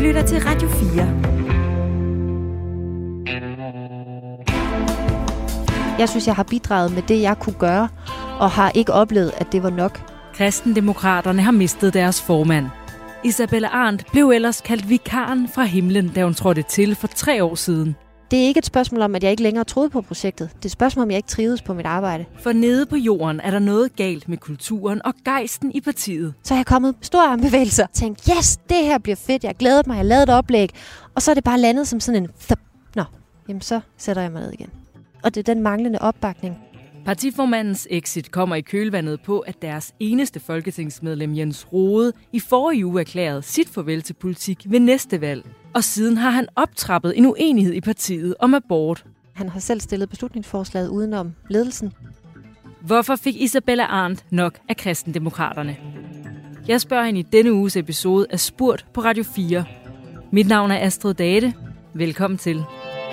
lytter til Radio 4. Jeg synes, jeg har bidraget med det, jeg kunne gøre, og har ikke oplevet, at det var nok. Kristendemokraterne har mistet deres formand. Isabella Arendt blev ellers kaldt vikaren fra himlen, da hun trådte til for 3 år siden. Det er ikke et spørgsmål om, at jeg ikke længere troede på projektet. Det er et spørgsmål om, jeg ikke trivedes på mit arbejde. For nede på jorden er der noget galt med kulturen og gejsten i partiet. Så jeg er kommet med store armbevægelser og tænkt, yes, det her bliver fedt. Jeg glæder mig, jeg lavede et oplæg. Og så er det bare landet som sådan en nå, jamen så sætter jeg mig ned igen. Og det er den manglende opbakning. Partiformandens exit kommer i kølvandet på, at deres eneste folketingsmedlem Jens Rohde i forrige uge erklærede sit farvel til politik ved næste valg. Og siden har han optrappet en uenighed i partiet om abort. Han har selv stillet beslutningsforslaget udenom ledelsen. Hvorfor fik Isabella Arendt nok af Kristendemokraterne? Jeg spørger hende i denne uges episode af Spurgt på Radio 4. Mit navn er Astrid Date. Velkommen til.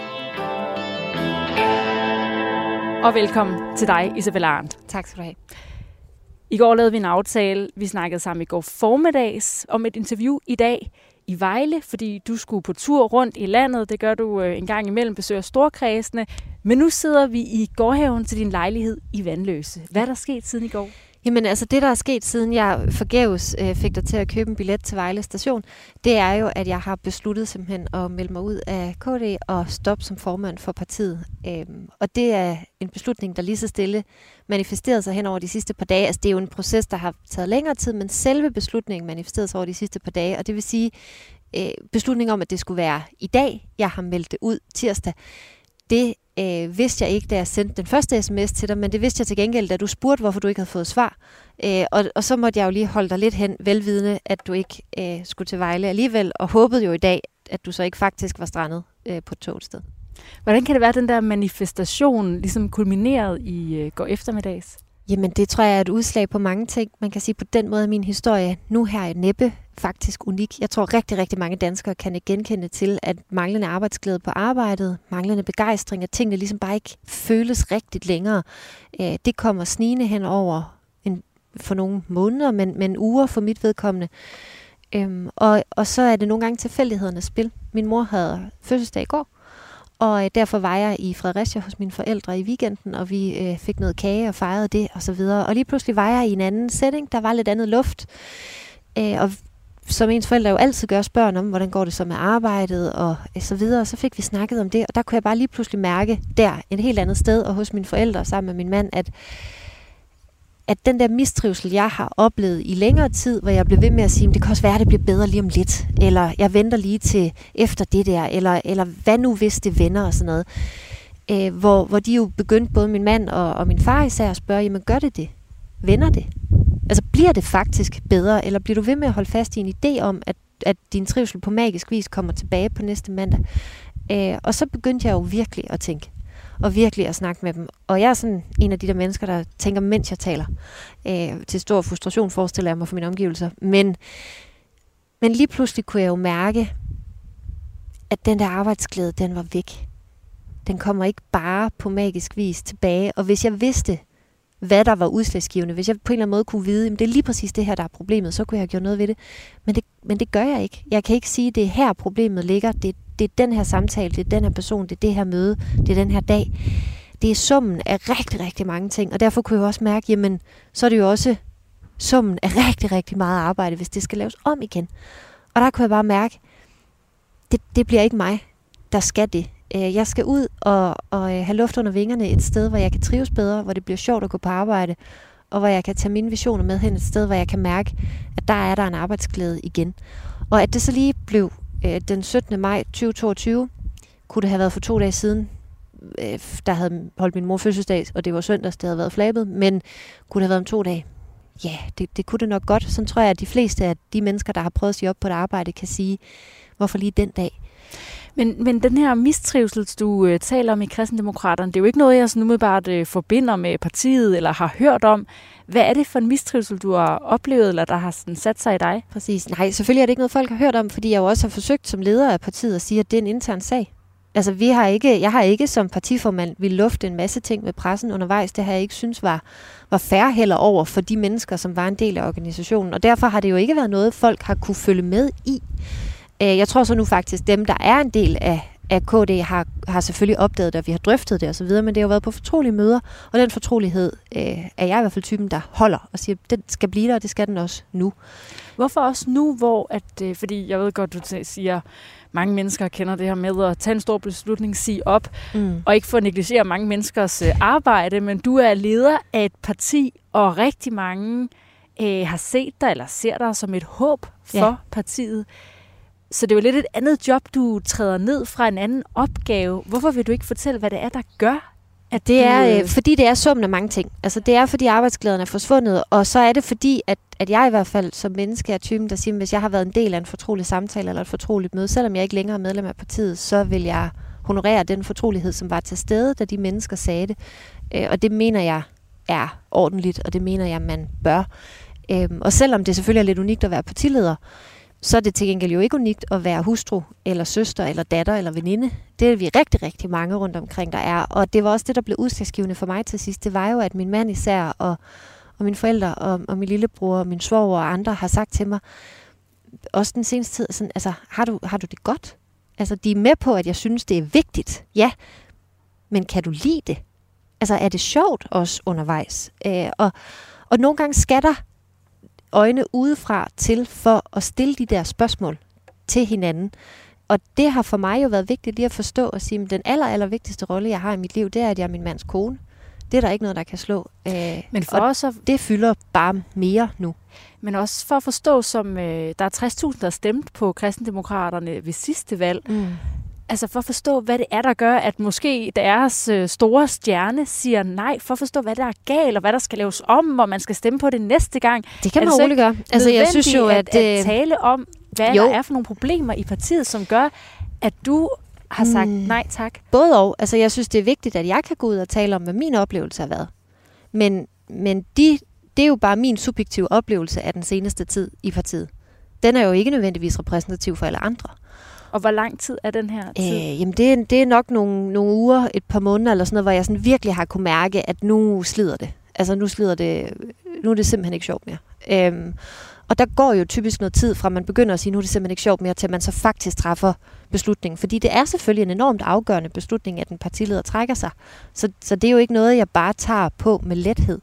Og velkommen til dig, Isabella Arendt. Tak skal du have. I går lavede vi en aftale. Vi snakkede sammen i går formiddags om et interview i dag i Vejle, fordi du skulle på tur rundt i landet. Det gør du en gang imellem, besøger storkredsene. Men nu sidder vi i gårdhaven til din lejlighed i Vanløse. Hvad er der sket siden i går? Jamen altså det, der er sket siden jeg forgæves fik dig til at købe en billet til Vejle Station, det er jo, at jeg har besluttet simpelthen at melde mig ud af KD og stoppe som formand for partiet. Og det er en beslutning, der lige så stille manifesterede sig hen over de sidste par dage. Altså det er jo en proces, der har taget længere tid, men selve beslutningen manifesterede sig over de sidste par dage. Og det vil sige, beslutningen om, at det skulle være i dag, jeg har meldt det ud tirsdag, det vidste jeg ikke, da jeg sendte den første sms til dig, men det vidste jeg til gengæld, da du spurgte, hvorfor du ikke havde fået svar. Og så måtte jeg jo lige holde dig lidt hen, velvidende, at du ikke skulle til Vejle alligevel, og håbede jo i dag, at du så ikke faktisk var strandet på et togsted. Hvordan kan det være, at den der manifestation ligesom kulmineret i går eftermiddags? Jamen det tror jeg er et udslag på mange ting. Man kan sige på den måde, at min historie nu her er næppe faktisk unik. Jeg tror rigtig, rigtig mange danskere kan ikke genkende til, at manglende arbejdsglæde på arbejdet, manglende begejstring, at tingene ligesom bare ikke føles rigtigt længere. Det kommer snigende hen over for nogle måneder, men uger for mit vedkommende. Og så er det nogle gange tilfældighedernes spil. Min mor havde fødselsdag i går, og derfor var jeg i Fredericia hos mine forældre i weekenden, og vi fik noget kage og fejrede det og så videre. Og lige pludselig var jeg i en anden setting, der var lidt andet luft. Og som ens forældre jo altid gør, spørger om, hvordan går det så med arbejdet og så videre. Og så fik vi snakket om det, og der kunne jeg bare lige pludselig mærke der, et helt andet sted, og hos mine forældre sammen med min mand, at den der mistrivsel, jeg har oplevet i længere tid, hvor jeg blev ved med at sige, det kan også være, at det bliver bedre lige om lidt, eller jeg venter lige til efter det der, eller hvad nu hvis det vender og sådan noget. Hvor de jo begyndte, både min mand og min far især, at spørge, jamen gør det? Vender det? Altså bliver det faktisk bedre, eller bliver du ved med at holde fast i en idé om, at din trivsel på magisk vis kommer tilbage på næste mandag? Og så begyndte jeg jo virkelig at tænke, og virkelig at snakke med dem. Og jeg er sådan en af de der mennesker, der tænker, mens jeg taler. Til stor frustration forestiller jeg mig for mine omgivelser. Men lige pludselig kunne jeg jo mærke, at den der arbejdsglæde, den var væk. Den kommer ikke bare på magisk vis tilbage. Og hvis jeg vidste, hvad der var udslagsgivende, hvis jeg på en eller anden måde kunne vide, at det er lige præcis det her, der er problemet, så kunne jeg have gjort noget ved det. Men det gør jeg ikke. Jeg kan ikke sige, at det er her problemet ligger. Det er den her samtale, det er den her person, det er det her møde, det er den her dag. Det er summen af rigtig, rigtig mange ting, og derfor kunne jeg også mærke, jamen, så er det jo også summen af rigtig, rigtig meget arbejde, hvis det skal laves om igen. Og der kunne jeg bare mærke, det bliver ikke mig, der skal det. Jeg skal ud og have luft under vingerne et sted, hvor jeg kan trives bedre, hvor det bliver sjovt at gå på arbejde, og hvor jeg kan tage mine visioner med hen et sted, hvor jeg kan mærke, at der er en arbejdsglæde igen. Og at det så lige blev den 17. maj 2022, kunne det have været for 2 dage siden, der havde holdt min mor fødselsdag, og det var søndags, det havde været flabet, men kunne det have været om 2 dage? Ja, det kunne det nok godt. Sådan tror jeg, at de fleste af de mennesker, der har prøvet at sige op på et arbejde, kan sige, hvorfor lige den dag? Men den her mistrivsel, du taler om i Kristendemokraterne, det er jo ikke noget, jeg sådan umiddelbart forbinder med partiet eller har hørt om. Hvad er det for en mistrivsel, du har oplevet, eller der har sådan sat sig i dig? Præcis. Nej, selvfølgelig er det ikke noget, folk har hørt om, fordi jeg jo også har forsøgt som leder af partiet at sige, at det er en intern sag. Altså, jeg har ikke som partiformand ville lufte en masse ting med pressen undervejs. Det har jeg ikke synes var fair heller over for de mennesker, som var en del af organisationen. Og derfor har det jo ikke været noget, folk har kunne følge med i. Jeg tror så nu faktisk, dem, der er en del af KD, har selvfølgelig opdaget det, og vi har drøftet det osv., men det har jo været på fortrolige møder, og den fortrolighed er jeg i hvert fald typen, der holder og siger, den skal blive der, og det skal den også nu. Hvorfor også nu, fordi jeg ved godt, du siger, mange mennesker kender det her med at tage en stor beslutning, sige op, og ikke for at negligere mange menneskers arbejde, men du er leder af et parti, og rigtig mange har set dig, eller ser dig som et håb for partiet. Så det er jo lidt et andet job, du træder ned fra, en anden opgave. Hvorfor vil du ikke fortælle, hvad det er, der gør, at det er, fordi det er summen af mange ting. Altså det er, fordi arbejdsglæden er forsvundet, og så er det fordi, at jeg i hvert fald som menneske er typen, der siger, hvis jeg har været en del af en fortrolig samtale eller et fortroligt møde, selvom jeg ikke længere er medlem af partiet, så vil jeg honorere den fortrolighed, som var til stede, da de mennesker sagde det. Og det mener jeg er ordentligt, og det mener jeg, man bør. Og selvom det selvfølgelig er lidt unikt at være partileder, så er det til gengæld jo ikke unikt at være hustru, eller søster, eller datter, eller veninde. Det er vi rigtig, rigtig mange rundt omkring, der er. Og det var også det, der blev udslagsgivende for mig til sidst. Det var jo, at min mand især, og mine forældre, og min lillebror, og min svoger og andre har sagt til mig, også den seneste tid, sådan, altså, har du det godt? Altså, de er med på, at jeg synes, det er vigtigt. Ja, men kan du lide det? Altså, er det sjovt også undervejs? Og nogle gange skal der øjne udefra til for at stille de der spørgsmål til hinanden. Og det har for mig jo været vigtigt lige at forstå og sige, at den aller vigtigste rolle, jeg har i mit liv, det er, at jeg er min mands kone. Det er der ikke noget, der kan slå. Men for os det fylder bare mere nu. Men også for at forstå, som der er 60.000, der stemt på Kristendemokraterne ved sidste valg. Altså for at forstå, hvad det er, der gør, at måske deres store stjerne siger nej, for at forstå, hvad der er galt, og hvad der skal laves om, og man skal stemme på det næste gang. Det kan man roligt gøre. Altså jeg synes jo, at tale om, hvad der er for nogle problemer i partiet, som gør, at du har sagt nej tak. Både og. Altså jeg synes, det er vigtigt, at jeg kan gå ud og tale om, hvad min oplevelse har været. Men det er jo bare min subjektive oplevelse af den seneste tid i partiet. Den er jo ikke nødvendigvis repræsentativ for alle andre. Og hvor lang tid er den her tid? Jamen det er nok nogle uger, et par måneder eller sådan noget, hvor jeg sådan virkelig har kunne mærke, at nu slider det. Altså nu er det simpelthen ikke sjovt mere. Og der går jo typisk noget tid fra, man begynder at sige, nu er det simpelthen ikke sjovt mere, til man så faktisk træffer beslutningen. Fordi det er selvfølgelig en enormt afgørende beslutning, at en partileder trækker sig. Så det er jo ikke noget, jeg bare tager på med lethed.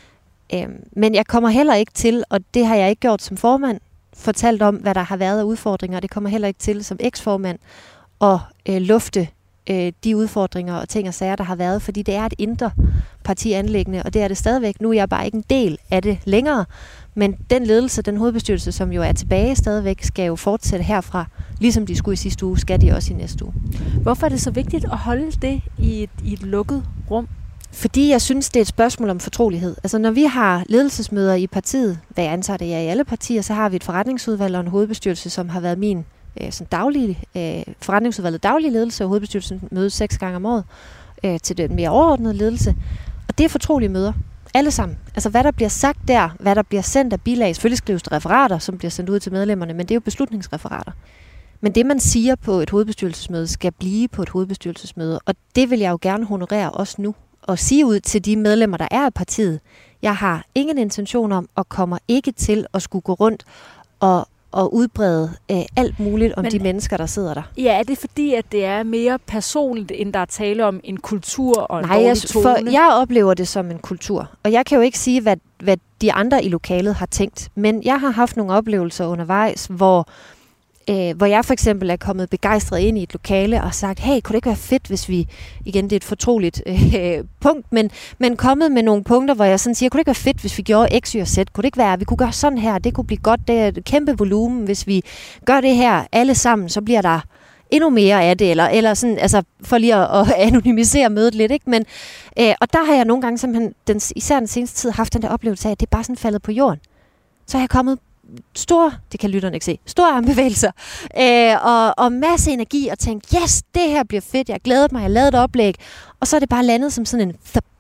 Men jeg kommer heller ikke til, og det har jeg ikke gjort som formand, fortalt om, hvad der har været af udfordringer. Det kommer heller ikke til som eksformand at lufte de udfordringer og ting og sager, der har været, fordi det er et indre partianliggende, og det er det stadigvæk. Nu er jeg bare ikke en del af det længere, men den ledelse, den hovedbestyrelse, som jo er tilbage stadigvæk, skal jo fortsætte herfra, ligesom de skulle i sidste uge, skal de også i næste uge. Hvorfor er det så vigtigt at holde det i et lukket rum? Fordi jeg synes, det er et spørgsmål om fortrolighed. Altså når vi har ledelsesmøder i partiet, hvad jeg antager det er i alle partier, så har vi et forretningsudvalg og en hovedbestyrelse, som har været min forretningsudvalget daglige ledelse, og hovedbestyrelsen mødes 6 gange om året til den mere overordnede ledelse. Og det er fortrolige møder. Alle sammen. Altså hvad der bliver sagt der, hvad der bliver sendt af bilag. Selvfølgelig skrives der referater, som bliver sendt ud til medlemmerne, men det er jo beslutningsreferater. Men det, man siger på et hovedbestyrelsesmøde, skal blive på et hovedbestyrelsesmøde. Og det vil jeg jo gerne honorere også nu. Og sige ud til de medlemmer, der er af partiet. Jeg har ingen intention om, og kommer ikke til at skulle gå rundt og udbrede alt muligt om de mennesker, der sidder der. Ja, er det fordi, at det er mere personligt, end der er tale om en kultur og en dårlig tone? Jeg oplever det som en kultur. Og jeg kan jo ikke sige, hvad de andre i lokalet har tænkt. Men jeg har haft nogle oplevelser undervejs, hvor jeg for eksempel er kommet begejstret ind i et lokale og sagt, hey, kunne det ikke være fedt, hvis vi, igen det er et fortroligt punkt, men kommet med nogle punkter, hvor jeg sådan siger, kunne det ikke være fedt, hvis vi gjorde X, Y og Z, kunne det ikke være, vi kunne gøre sådan her, det kunne blive godt, det er et kæmpe volumen, hvis vi gør det her alle sammen, så bliver der endnu mere af det, eller sådan, altså for lige at anonymisere mødet lidt, ikke? Men, og der har jeg nogle gange simpelthen, især den seneste tid, haft den der oplevelse af, at det er bare sådan faldet på jorden. Så har jeg kommet det kan lytterne ikke se, store armbevægelser, og masse energi, og tænkt, yes, det her bliver fedt, jeg glæder mig, jeg lavede et oplæg, og så er det bare landet som sådan en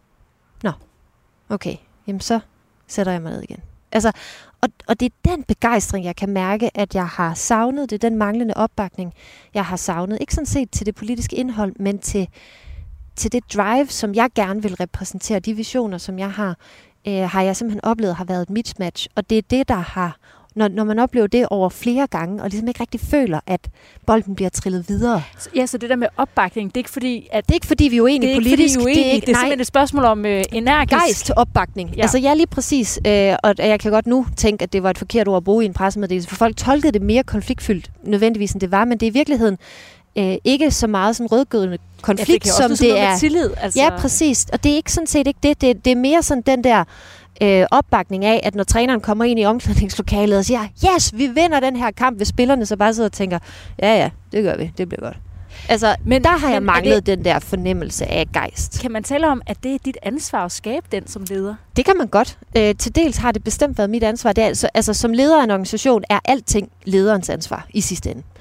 okay, jamen så sætter jeg mig ned igen. Altså, og det er den begejstring, jeg kan mærke, at jeg har savnet, det er den manglende opbakning, jeg har savnet, ikke sådan set til det politiske indhold, men til det drive, som jeg gerne vil repræsentere, de visioner, som jeg har jeg simpelthen oplevet har været et mismatch, og det er det, der har Når man oplever det over flere gange, og ligesom ikke rigtig føler, at bolden bliver trillet videre. Ja, så det der med opbakning, det er ikke fordi, at... Det er ikke fordi, vi er uenige politisk. Det er simpelthen et spørgsmål om energisk... Gejst til opbakning. Ja. Altså ja, lige præcis. Og jeg kan godt nu tænke, at det var et forkert ord at bruge i en pressemeddelelse, for folk tolkede det mere konfliktfyldt nødvendigvis, end det var, men det er i virkeligheden ikke så meget sådan rødgødende konflikt, det som det er... Tillid, altså. Ja, præcis. Og det er ikke sådan set ikke det. Det er mere sådan den der opbakning af, at når træneren kommer ind i omklædningslokalet og siger, yes, vi vinder den her kamp, hvis spillerne så bare sidder og tænker, ja, det gør vi, det bliver godt. Altså, men der har jeg manglet den der fornemmelse af gejst. Kan man tale om, at det er dit ansvar at skabe den som leder? Det kan man godt. Til dels har det bestemt været mit ansvar. Det er altså som leder af en organisation er alting lederens ansvar i sidste ende.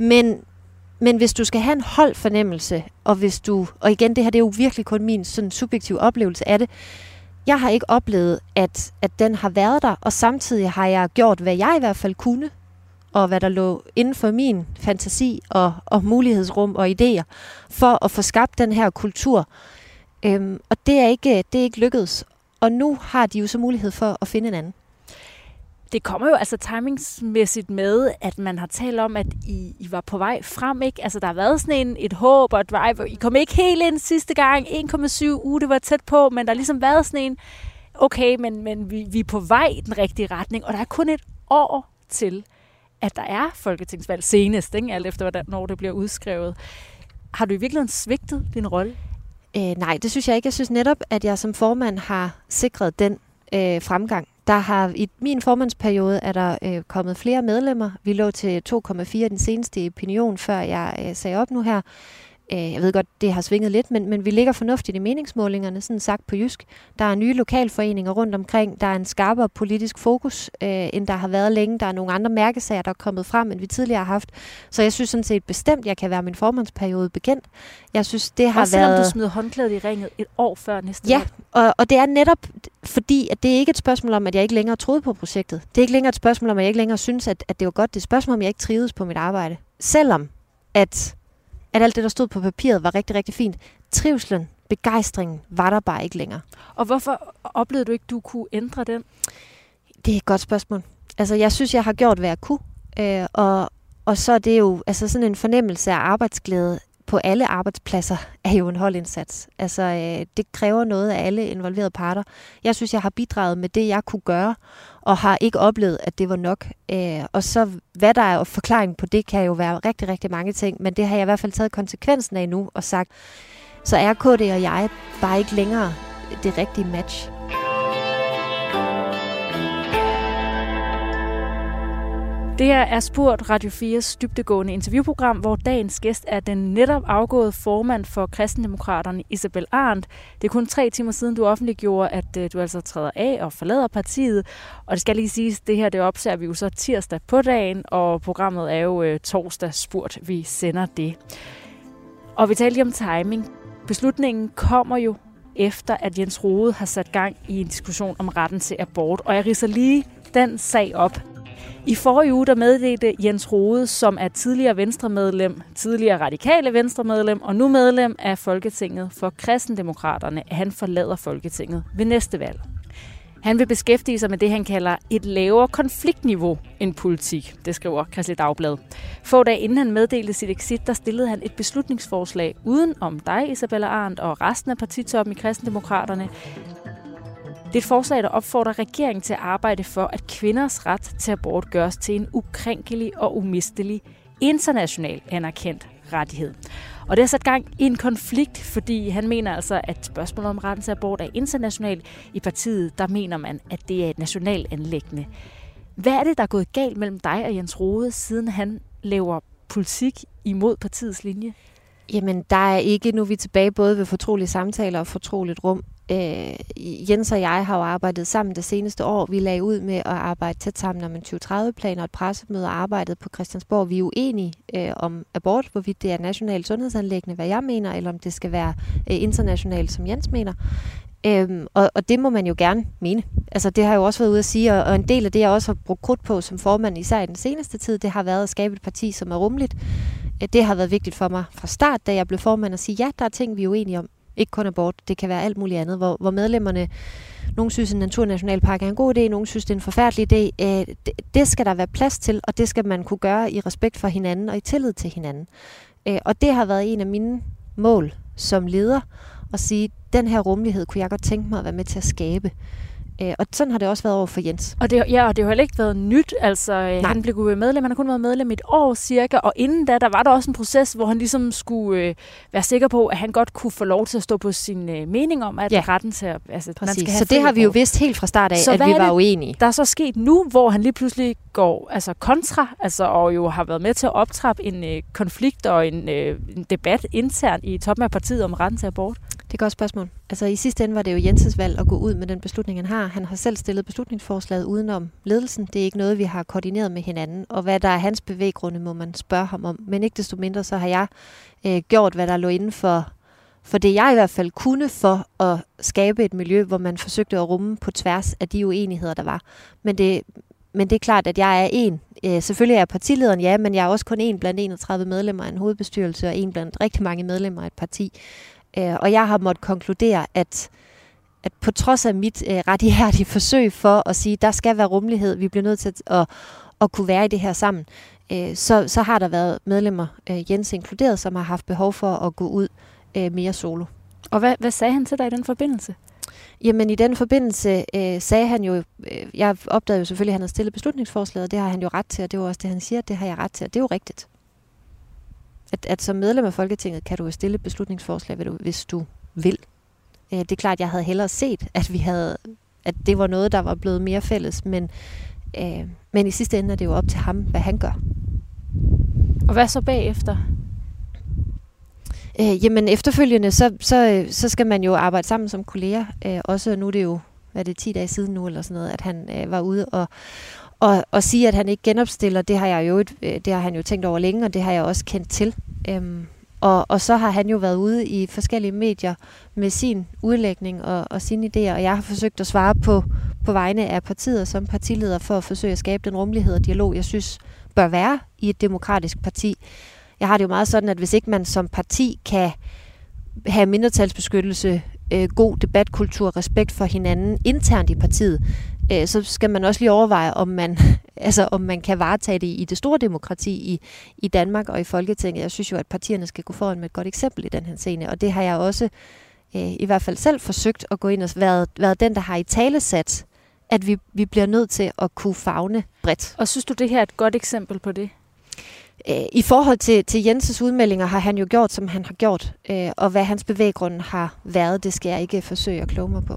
Men hvis du skal have en holdfornemmelse, og igen, det her det er jo virkelig kun min sådan subjektive oplevelse af det, jeg har ikke oplevet, at den har været der, og samtidig har jeg gjort, hvad jeg i hvert fald kunne, og hvad der lå inden for min fantasi og mulighedsrum og idéer, for at få skabt den her kultur. Og det er ikke lykkedes. Og nu har de jo så mulighed for at finde en anden. Det kommer jo altså timingsmæssigt med, at man har talt om, at I var på vej frem, ikke? Altså, der har været sådan et håb og et drive. I kom ikke helt ind sidste gang. 1,7 uge, det var tæt på, men der har ligesom været sådan en, okay, men vi er på vej i den rigtige retning, og der er kun et år til, at der er folketingsvalg senest, ikke? Alt efter, når det bliver udskrevet. Har du i virkeligheden svigtet din rolle? Nej, det synes jeg ikke. Jeg synes netop, at jeg som formand har sikret den fremgang. I min formandsperiode er der kommet flere medlemmer. Vi lå til 2,4 den seneste opinion, før jeg sagde op nu her. Jeg ved godt, det har svinget lidt, men vi ligger fornuftigt i meningsmålingerne, sådan sagt på jysk. Der er nye lokalforeninger rundt omkring. Der er en skarpere politisk fokus, end der har været længe. Der er nogle andre mærkesager, der er kommet frem, end vi tidligere har haft. Så jeg synes sådan set bestemt, jeg kan være min formandsperiode bekendt. Jeg synes, det har også været... selvom du smider håndklædet i ringet et år før næste Ja, og det er netop fordi, at det er ikke et spørgsmål om, at jeg ikke længere troede på projektet. Det er ikke længere et spørgsmål om, at jeg ikke længere synes, at det var godt. Det er et spørgsmål om, at jeg ikke trivedes på mit arbejde. Selvom at alt det, der stod på papiret, var rigtig, rigtig fint. Trivslen, begejstringen, var der bare ikke længere. Og hvorfor oplevede du ikke, du kunne ændre den? Det er et godt spørgsmål. Altså, jeg synes, jeg har gjort, hvad jeg kunne. Og så er det jo altså sådan en fornemmelse af arbejdsglæde på alle arbejdspladser, er jo en holdindsats. Altså, det kræver noget af alle involverede parter. Jeg synes, jeg har bidraget med det, jeg kunne gøre, og har ikke oplevet, at det var nok. Og så, hvad der er forklaring på det, kan jo være rigtig, rigtig mange ting, men det har jeg i hvert fald taget konsekvensen af nu, og sagt, så er KD og jeg bare ikke længere det rigtige match. Det her er Spurgt, Radio 4's dybdegående interviewprogram, hvor dagens gæst er den netop afgåede formand for Kristendemokraterne, Isabella Arendt. Det er kun 3 timer siden, du offentliggjorde, at du altså træder af og forlader partiet. Og det skal lige siges, det her det opser vi jo så tirsdag på dagen, og programmet er jo torsdag Spurgt, vi sender det. Og vi talte lige om timing. Beslutningen kommer jo efter, at Jens Rohde har sat gang i en diskussion om retten til abort. Og jeg ridser lige den sag op. I forrige uge der meddelte Jens Rohde, som er tidligere Venstremedlem, tidligere radikale Venstremedlem og nu medlem af Folketinget for Kristendemokraterne, at han forlader Folketinget ved næste valg. Han vil beskæftige sig med det, han kalder et lavere konfliktniveau end politik, det skriver Kristeligt Dagblad. Få dage inden han meddelte sit exit, der stillede han et beslutningsforslag uden om dig, Isabella Arendt, og resten af partitoppen i Kristendemokraterne. Det er et forslag, der opfordrer regeringen til at arbejde for, at kvinders ret til abort gøres til en ukrænkelig og umistelig international anerkendt rettighed. Og det har sat gang i en konflikt, fordi han mener altså, at spørgsmålet om retten til abort er internationalt. I partiet, der mener man, at det er et nationalt anliggende. Hvad er det, der er gået galt mellem dig og Jens Rohde, siden han laver politik imod partiets linje? Jamen, der er ikke, nu er vi tilbage både ved fortrolige samtaler og fortroligt rum. Jens og jeg har jo arbejdet sammen det seneste år. Vi lagde ud med at arbejde tæt sammen om en 2030-plan og et pressemøde og arbejdet på Christiansborg. Vi er uenige om abort, hvorvidt det er nationalt sundhedsanliggende, hvad jeg mener, eller om det skal være internationalt, som Jens mener. Og det må man jo gerne mene. Altså, det har jeg jo også været ude at sige, og en del af det, jeg også har brugt krudt på som formand, især i den seneste tid, det har været at skabe et parti, som er rummeligt. Det har været vigtigt for mig fra start, da jeg blev formand, at sige, ja, der er ting, vi er uenige om. Ikke kun abort, det kan være alt muligt andet, hvor medlemmerne, nogle synes, en naturnationalpark er en god idé, nogle synes, det er en forfærdelig idé. Det skal der være plads til, og det skal man kunne gøre i respekt for hinanden og i tillid til hinanden. Og det har været en af mine mål som leder, at sige, den her rummelighed kunne jeg godt tænke mig at være med til at skabe. Og sådan har det også været over for Jens. Og det har heller ikke været nyt. Altså, han blev medlem, han har kun været medlem i et år cirka, og inden da, der var der også en proces, hvor han ligesom skulle være sikker på, at han godt kunne få lov til at stå på sin mening om, at retten til at... Altså, man skal have så det har vi jo vidst helt fra start af, så at vi var uenige. Der er så sket nu, hvor han lige pludselig går kontra, og jo har været med til at optrappe en konflikt og en debat internt i toppen af partiet om retten til abort? Det er et godt spørgsmål. Altså i sidste ende var det jo Jenses valg at gå ud med den beslutning, han har. Han har selv stillet beslutningsforslaget udenom ledelsen. Det er ikke noget, vi har koordineret med hinanden. Og hvad der er hans bevæggrunde, må man spørge ham om. Men ikke desto mindre, så har jeg gjort, hvad der lå inden for det, jeg i hvert fald kunne for at skabe et miljø, hvor man forsøgte at rumme på tværs af de uenigheder, der var. Men det er klart, at jeg er en. Selvfølgelig er jeg partilederen, ja, men jeg er også kun en blandt 31 medlemmer af en hovedbestyrelse og en blandt rigtig mange medlemmer af et parti. Og jeg har måttet konkludere, at på trods af mit ret ihærdige forsøg for at sige, at der skal være rummelighed, vi bliver nødt til at kunne være i det her sammen, så har der været medlemmer, Jens inkluderet, som har haft behov for at gå ud mere solo. Og hvad sagde han til dig i den forbindelse? Jamen i den forbindelse sagde han jo, jeg opdagede jo selvfølgelig, at han havde stillet beslutningsforslaget, og det har han jo ret til, og det var også det, han siger, det har jeg ret til, og det er jo rigtigt. At som medlem af Folketinget kan du jo stille beslutningsforslag, hvis du vil. Det er klart, at jeg havde hellere set, at det var noget, der var blevet mere fælles, men i sidste ende er det jo op til ham, hvad han gør. Og hvad så bagefter? Jamen efterfølgende, så skal man jo arbejde sammen som kolleger. Også nu er det jo, hvad det 10 dage siden nu, eller sådan noget, at han var ude og sige, at han ikke genopstiller, det har han jo tænkt over længe, og det har jeg også kendt til. Og så har han jo været ude i forskellige medier med sin udlægning og sine idéer, og jeg har forsøgt at svare på vegne af partiet som partileder for at forsøge at skabe den rummelighed og dialog, jeg synes bør være i et demokratisk parti. Jeg har det jo meget sådan, at hvis ikke man som parti kan have mindretalsbeskyttelse, god debatkultur, respekt for hinanden internt i partiet, så skal man også lige overveje, om man kan varetage det i det store demokrati i Danmark og i Folketinget. Jeg synes jo, at partierne skal gå foran med et godt eksempel i den her scene, og det har jeg også i hvert fald selv forsøgt at gå ind og været den, der har i talesat, at vi bliver nødt til at kunne favne bredt. Og synes du, det her er et godt eksempel på det? I forhold til Jenses udmeldinger har han jo gjort, som han har gjort, og hvad hans bevæggrunde har været, det skal jeg ikke forsøge at kloge mig på.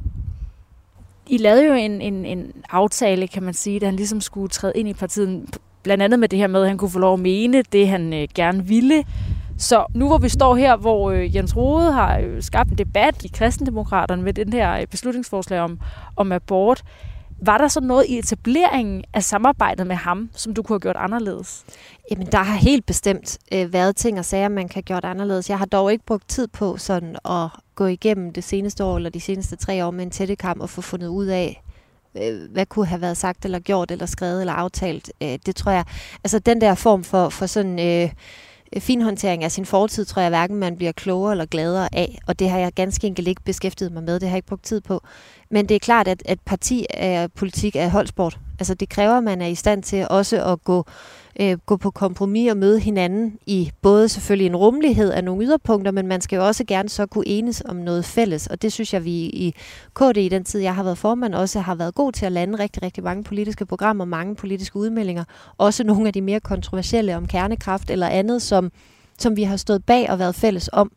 I lavede jo en aftale, kan man sige, da han ligesom skulle træde ind i partiet, blandt andet med det her med, at han kunne få lov at mene det, han gerne ville. Så nu hvor vi står her, hvor Jens Rohde har skabt en debat i Kristendemokraterne med den her beslutningsforslag om abort, var der så noget i etableringen af samarbejdet med ham, som du kunne have gjort anderledes? Jamen, der har helt bestemt været ting og sager, man kan have gjort anderledes. Jeg har dog ikke brugt tid på sådan at gå igennem det seneste år eller de seneste 3 år med en tættekam og få fundet ud af, hvad kunne have været sagt eller gjort eller skrevet eller aftalt. Det tror jeg, altså den der form for sådan finhåndtering af sin fortid, tror jeg hverken man bliver klogere eller gladere af, og det har jeg ganske enkelt ikke beskæftiget mig med, det har jeg ikke brugt tid på. Men det er klart, at politik er holdsport. Altså det kræver, at man er i stand til også at gå på kompromis og møde hinanden i både selvfølgelig en rummelighed af nogle yderpunkter, men man skal jo også gerne så kunne enes om noget fælles, og det synes jeg, vi i KD i den tid, jeg har været formand, også har været god til at lande rigtig, rigtig mange politiske programmer, mange politiske udmeldinger, også nogle af de mere kontroversielle om kernekraft eller andet, som vi har stået bag og været fælles om.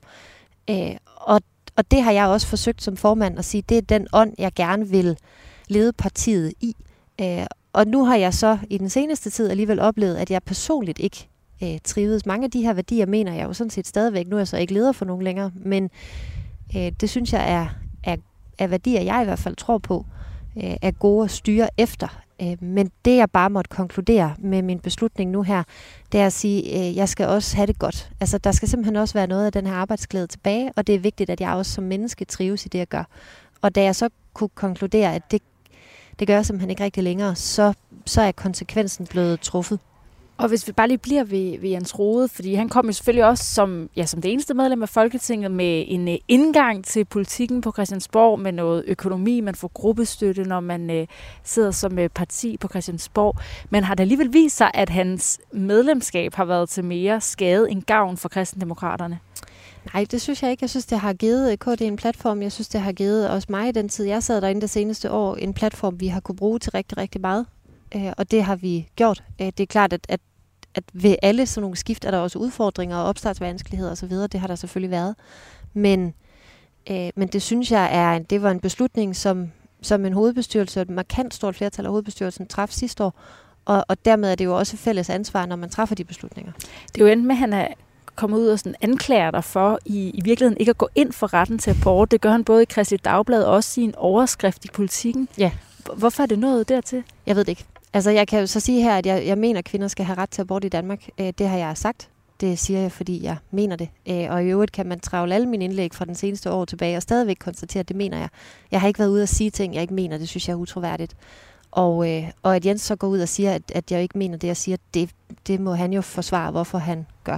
Og det har jeg også forsøgt som formand at sige, det er den ånd, jeg gerne vil lede partiet i. Og nu har jeg så i den seneste tid alligevel oplevet, at jeg personligt ikke trivedes. Mange af de her værdier mener jeg jo sådan set stadigvæk. Nu er jeg så ikke leder for nogen længere, men det synes jeg er værdier, jeg i hvert fald tror på, er gode at styre efter. Men det jeg bare måtte konkludere med min beslutning nu her, det er at sige, jeg skal også have det godt. Altså der skal simpelthen også være noget af den her arbejdsglæde tilbage, og det er vigtigt, at jeg også som menneske trives i det, jeg gør. Og da jeg så kunne konkludere, at det gør jeg simpelthen ikke rigtig længere, så er konsekvensen blevet truffet. Og hvis vi bare lige bliver ved Jens Rohde, fordi han kom jo selvfølgelig også som det eneste medlem af Folketinget med en indgang til politikken på Christiansborg, med noget økonomi, man får gruppestøtte, når man sidder som parti på Christiansborg. Men har det alligevel vist sig, at hans medlemskab har været til mere skade end gavn for Kristendemokraterne? Nej, det synes jeg ikke. Jeg synes, det har givet KD en platform. Jeg synes, det har givet også mig i den tid, jeg sad derinde det seneste år, en platform, vi har kunne bruge til rigtig, rigtig meget. Og det har vi gjort. Det er klart, at ved alle sådan nogle skift er der også udfordringer og opstartsvanskeligheder osv. Det har der selvfølgelig været. Men det synes jeg det var en beslutning, som en hovedbestyrelse, et markant stort flertal af hovedbestyrelsen traf sidste år. Og dermed er det jo også fælles ansvar, når man træffer de beslutninger. Det er jo endt med, at han er kommet ud og sådan anklager dig for i virkeligheden ikke at gå ind for retten til abort. Det gør han både i Kristeligt Dagblad og også i en overskrift i Politikken. Ja. Hvorfor er det nået dertil? Jeg ved det ikke. Altså, jeg kan jo så sige her, at jeg mener, at kvinder skal have ret til abort i Danmark. Det har jeg sagt. Det siger jeg, fordi jeg mener det. Og i øvrigt kan man travle alle mine indlæg fra den seneste år tilbage og stadigvæk konstatere, at det mener jeg. Jeg har ikke været ude at sige ting, jeg ikke mener. Det synes jeg er utroværdigt. Og at Jens så går ud og siger, at jeg ikke mener det, jeg siger, det må han jo forsvare, hvorfor han gør.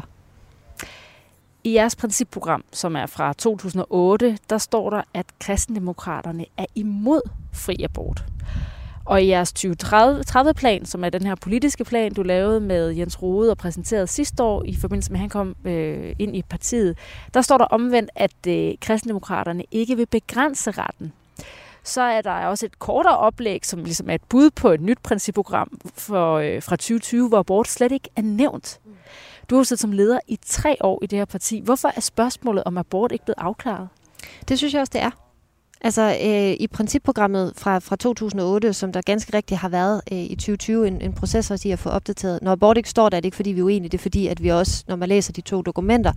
I jeres principprogram, som er fra 2008, der står der, at Kristendemokraterne er imod fri abort. Og i jeres 2030-plan, som er den her politiske plan, du lavede med Jens Rohde og præsenterede sidste år, i forbindelse med, at han kom ind i partiet, der står der omvendt, at Kristendemokraterne ikke vil begrænse retten. Så er der også et kortere oplæg, som ligesom er et bud på et nyt principprogram fra 2020, hvor abort slet ikke er nævnt. Du har siddet som leder i 3 år i det her parti. Hvorfor er spørgsmålet om abort ikke blevet afklaret? Det synes jeg også, det er. Altså i principprogrammet fra 2008, som der ganske rigtigt har været i 2020, en proces også i at få opdateret. Når abort ikke står der, er det ikke fordi vi er uenige, det er fordi, at vi også, når man læser de 2 dokumenter,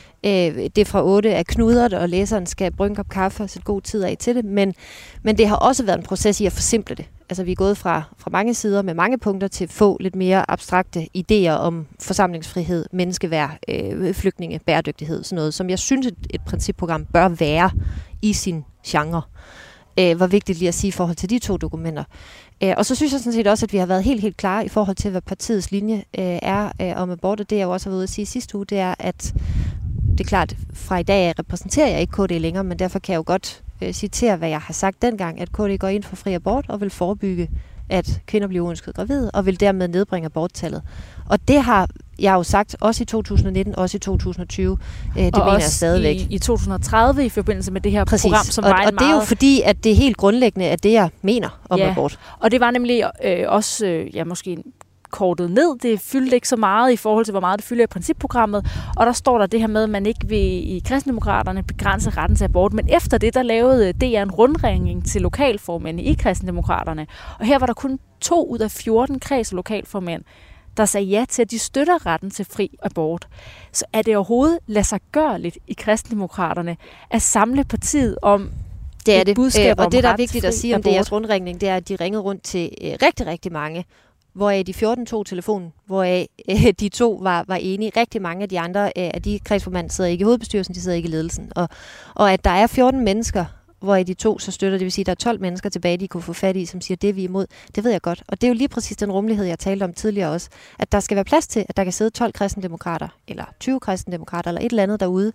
det fra 8 er knudret, og læseren skal brygge en kop kaffe og sætte god tid af til det. Men det har også været en proces i at forsimple det. Altså vi er gået fra mange sider med mange punkter til få lidt mere abstrakte idéer om forsamlingsfrihed, menneskeværd, flygtninge, bæredygtighed, sådan noget, som jeg synes et principprogram bør være i sin genre. Var vigtigt lige at sige i forhold til de 2 dokumenter. Og så synes jeg sådan set også, at vi har været helt klare i forhold til, hvad partiets linje er om abort, og det jeg jo også har været ude at sige sidste uge, det er, at det er klart, fra i dag repræsenterer jeg ikke KD længere, men derfor kan jeg jo godt citere, hvad jeg har sagt dengang, at KD går ind for fri abort og vil forebygge, at kvinder bliver uønsket gravide, og vil dermed nedbringe aborttallet. Og det har jeg jo sagt, også i 2019, også i 2020. Det mener jeg stadigvæk. I 2030 i forbindelse med det her Præcis. Program, som og, var en og det er jo fordi, at det helt grundlæggende er det, jeg mener om abort. Og det var nemlig også, måske kortet ned. Det fyldte ikke så meget i forhold til, hvor meget det fylder i principprogrammet. Og der står der det her med, at man ikke vil i Kristendemokraterne begrænse retten til abort. Men efter det, der lavede DR en rundringning til lokalformænd i Kristendemokraterne. Og her var der kun 2 ud af 14 kreds- og lokalformænd, der sagde ja til, at de støtter retten til fri abort. Så er det overhovedet ladsiggørligt i Kristendemokraterne at samle partiet om det er det. Budskab om og det, der er vigtigt at sige om abort. DR's rundringning, det er, at de ringede rundt til rigtig, rigtig mange, hvoraf de 14 tog telefonen, hvoraf de 2 var enige. Rigtig mange af de andre af de kredsformænd sidder ikke i hovedbestyrelsen, de sidder ikke i ledelsen. Og at der er 14 mennesker, hvoraf de 2 så støtter, det vil sige, at der er 12 mennesker tilbage, de kunne få fat i, som siger, det er vi imod. Det ved jeg godt. Og det er jo lige præcis den rummelighed, jeg talte om tidligere også, at der skal være plads til, at der kan sidde 12 kristendemokrater, eller 20 kristendemokrater, eller et eller andet derude,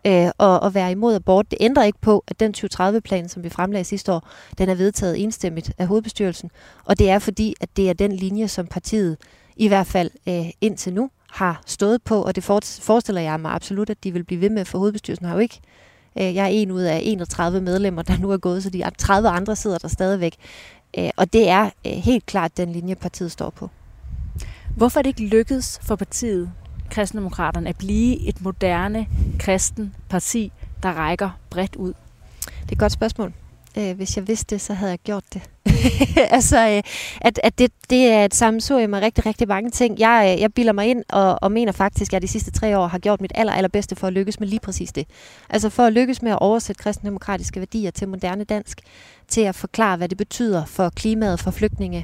og være imod abort. Det ændrer ikke på, at den 2030-plan, som vi fremlagde sidste år, den er vedtaget enstemmigt af hovedbestyrelsen. Og det er fordi, at det er den linje, som partiet i hvert fald indtil nu har stået på, og det forestiller jeg mig absolut, at de vil blive ved med, for hovedbestyrelsen har jo ikke. Jeg er en ud af 31 medlemmer, der nu er gået, så de 30 andre sidder der stadigvæk. Og det er helt klart den linje, partiet står på. Hvorfor er det ikke lykkedes for partiet, Kristendemokraterne, at blive et moderne kristen parti, der rækker bredt ud? Det er et godt spørgsmål. Hvis jeg vidste det, så havde jeg gjort det. Altså, at det er et sammensurium af rigtig, rigtig mange ting. Jeg bilder mig ind og mener faktisk, at jeg de sidste 3 år har gjort mit allerbedste for at lykkes med lige præcis det. Altså for at lykkes med at oversætte kristendemokratiske værdier til moderne dansk, til at forklare, hvad det betyder for klimaet, for flygtninge,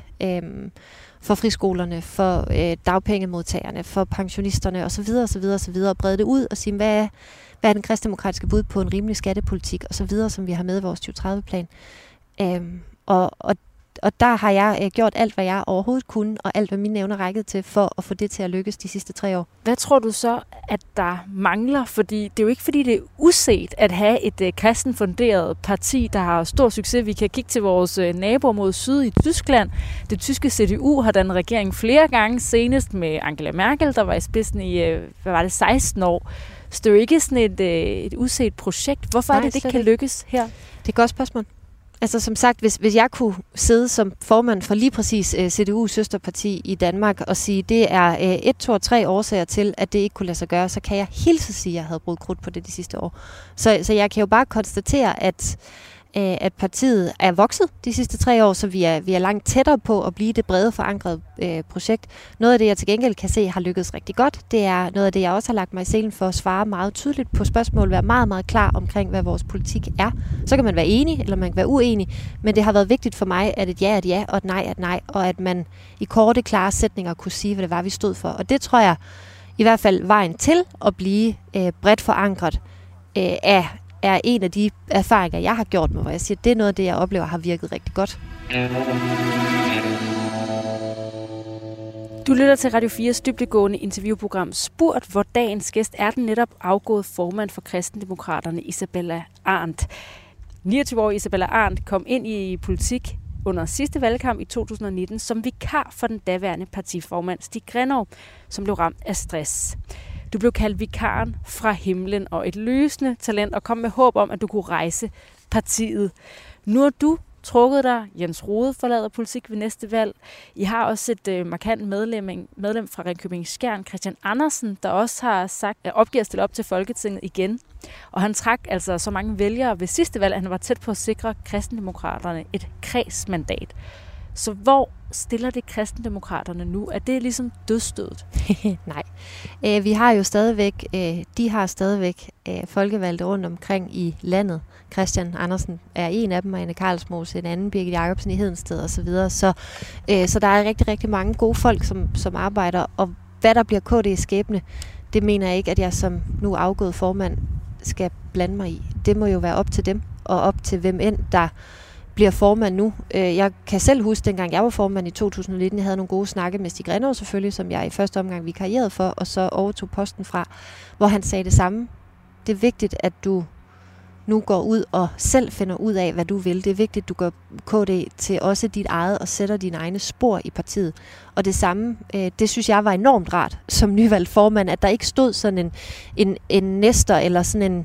for friskolerne, for dagpengemodtagerne, for pensionisterne osv. og brede det ud og sige, hvad er den kristendemokratiske bud på en rimelig skattepolitik osv., som vi har med i vores 2030-plan. Og og der har jeg gjort alt, hvad jeg overhovedet kunne, og alt, hvad mine evner rækkede til, for at få det til at lykkes de sidste 3 år. Hvad tror du så, at der mangler? Fordi det er jo ikke, fordi det er uset at have et kristenfunderet parti, der har stor succes. Vi kan kigge til vores naboer mod syd i Tyskland. Det tyske CDU har dannet regering flere gange, senest med Angela Merkel, der var i spidsen i, 16 år. Så det er jo ikke sådan et uset projekt. Hvorfor er det kan lykkes her? Det er et godt spørgsmål. Altså som sagt, hvis jeg kunne sidde som formand for lige præcis CDU's søsterparti i Danmark og sige, det er 1, 2 og 3 årsager til, at det ikke kunne lade sig gøre, så kan jeg helt sige, at jeg havde brugt krudt på det de sidste år. Så jeg kan jo bare konstatere, at partiet er vokset de sidste 3 år, så vi er langt tættere på at blive det brede forankrede projekt. Noget af det, jeg til gengæld kan se, har lykkedes rigtig godt, det er noget af det, jeg også har lagt mig i selen for at svare meget tydeligt på spørgsmål, være meget, meget klar omkring, hvad vores politik er. Så kan man være enig, eller man kan være uenig, men det har været vigtigt for mig, at et ja er et ja, og et nej er et nej, og at man i korte, klare sætninger kunne sige, hvad det var, vi stod for. Og det tror jeg i hvert fald vejen til at blive bredt forankret er en af de erfaringer, jeg har gjort mig, hvor jeg siger, at det er noget af det, jeg oplever, har virket rigtig godt. Du lytter til Radio 4's dybdegående interviewprogram Spurgt, hvor dagens gæst er den netop afgået formand for Kristendemokraterne, Isabella Arendt. 29-årige Isabella Arendt kom ind i politik under sidste valgkamp i 2019 som vikar for den daværende partiformand Stig Grenov, som blev ramt af stress. Du blev kaldt vikaren fra himlen og et lysende talent og kom med håb om, at du kunne rejse partiet. Nu har du trukket dig. Jens Rohde forlader politik ved næste valg. I har også et markant medlem fra Ringkøbing Skjern, Christian Andersen, der også har sagt, at opgiver at stille op til Folketinget igen. Og han trak altså så mange vælgere ved sidste valg, at han var tæt på at sikre Kristendemokraterne et kredsmandat. Så hvor stiller det Kristendemokraterne nu? Er det ligesom dødsstødet? Nej. Vi har jo stadigvæk, de har stadigvæk folkevalgte rundt omkring i landet. Christian Andersen er en af dem, og Anne Karlsmose, en anden, Birgit Jacobsen i Hedensted osv. Så der er rigtig, rigtig mange gode folk, som arbejder, og hvad der bliver KD's skæbne, det mener jeg ikke, at jeg som nu afgået formand skal blande mig i. Det må jo være op til dem, og op til hvem end, der bliver formand nu. Jeg kan selv huske, dengang jeg var formand i 2019, jeg havde nogle gode snakke med Stig Grenov selvfølgelig, som jeg i første omgang vikarierede for, og så overtog posten fra, hvor han sagde det samme. Det er vigtigt, at du nu går ud og selv finder ud af, hvad du vil. Det er vigtigt, at du gør KD til også dit eget og sætter dine egne spor i partiet. Og det samme, det synes jeg var enormt rart som nyvalgt formand, at der ikke stod sådan en næster eller sådan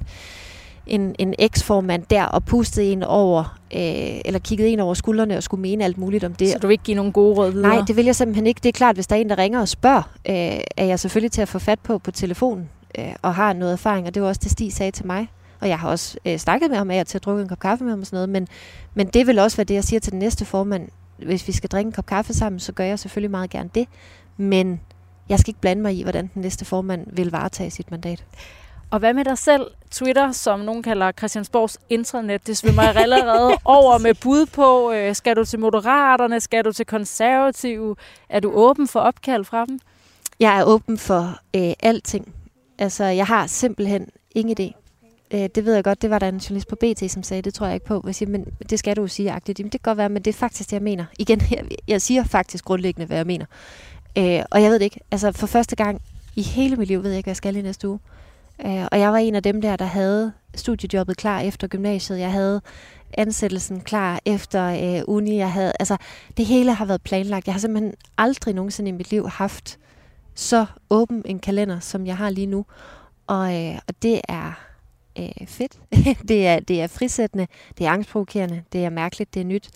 en eks-formand der og pustede en over, eller kiggede en over skuldrene og skulle mene alt muligt om det. Så du vil ikke give nogle gode råd videre? Nej, det vil jeg simpelthen ikke. Det er klart, hvis der er en, der ringer og spørger, er jeg selvfølgelig til at få fat på telefonen og har noget erfaring, og det var også det, Stig sagde til mig. Og jeg har også snakket med ham af til at drukke en kop kaffe med ham og sådan noget, men det vil også være det, jeg siger til den næste formand. Hvis vi skal drikke en kop kaffe sammen, så gør jeg selvfølgelig meget gerne det, men jeg skal ikke blande mig i, hvordan den næste formand vil varetage sit mandat. Og hvad med dig selv? Twitter, som nogen kalder Christiansborgs intranet, det svømmer allerede over med bud på. Skal du til Moderaterne? Skal du til Konservative? Er du åben for opkald fra dem? Jeg er åben for alting. Altså, jeg har simpelthen ingen idé. Det ved jeg godt, det var der en journalist på BT, som sagde, det tror jeg ikke på. Jeg siger, men det skal du jo sige, agtigt. Jamen, det kan godt være, men det er faktisk det, jeg mener. Igen, jeg siger faktisk grundlæggende, hvad jeg mener. Og jeg ved det ikke. Altså, for første gang i hele mit liv ved jeg ikke, hvad jeg skal i næste uge. Og jeg var en af dem der havde studiejobbet klar efter gymnasiet. Jeg havde ansættelsen klar efter uni. Det hele har været planlagt. Jeg har simpelthen aldrig nogensinde i mit liv haft så åben en kalender, som jeg har lige nu. Og det er fedt. det er frisættende, det er angstprovokerende, det er mærkeligt, det er nyt.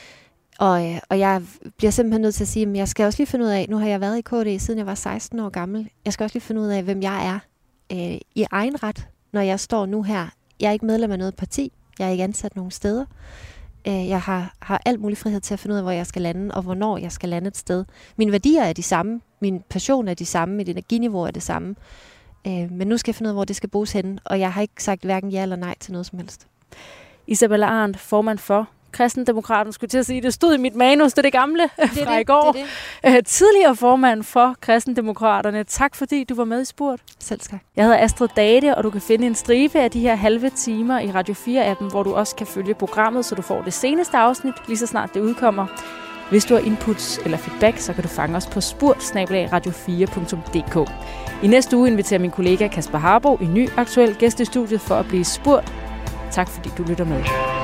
Og jeg bliver simpelthen nødt til at sige, at jeg skal også lige finde ud af, nu har jeg været i KD, siden jeg var 16 år gammel. Jeg skal også lige finde ud af, hvem jeg er i egen ret, når jeg står nu her. Jeg er ikke medlem af noget parti. Jeg er ikke ansat nogen steder. Jeg har alt mulig frihed til at finde ud af, hvor jeg skal lande, og hvornår jeg skal lande et sted. Mine værdier er de samme. Min passion er de samme. Mit energiniveau er det samme. Men nu skal jeg finde ud af, hvor det skal bruges henne. Og jeg har ikke sagt hverken ja eller nej til noget som helst. Isabella Arendt, formand for Kristendemokraterne, skulle til at sige. Det stod i mit manus, det gamle fra i går. Det. Tidligere formand for Kristendemokraterne. Tak fordi du var med i Spurt. Selv tak. Jeg hedder Astrid Date, og du kan finde en stribe af de her halve timer i Radio 4-appen, hvor du også kan følge programmet, så du får det seneste afsnit, lige så snart det udkommer. Hvis du har inputs eller feedback, så kan du fange os på spurt@radio4.dk. I næste uge inviterer min kollega Kasper Harbo i ny aktuel gæstestudiet for at blive spurgt. Tak fordi du lytter med.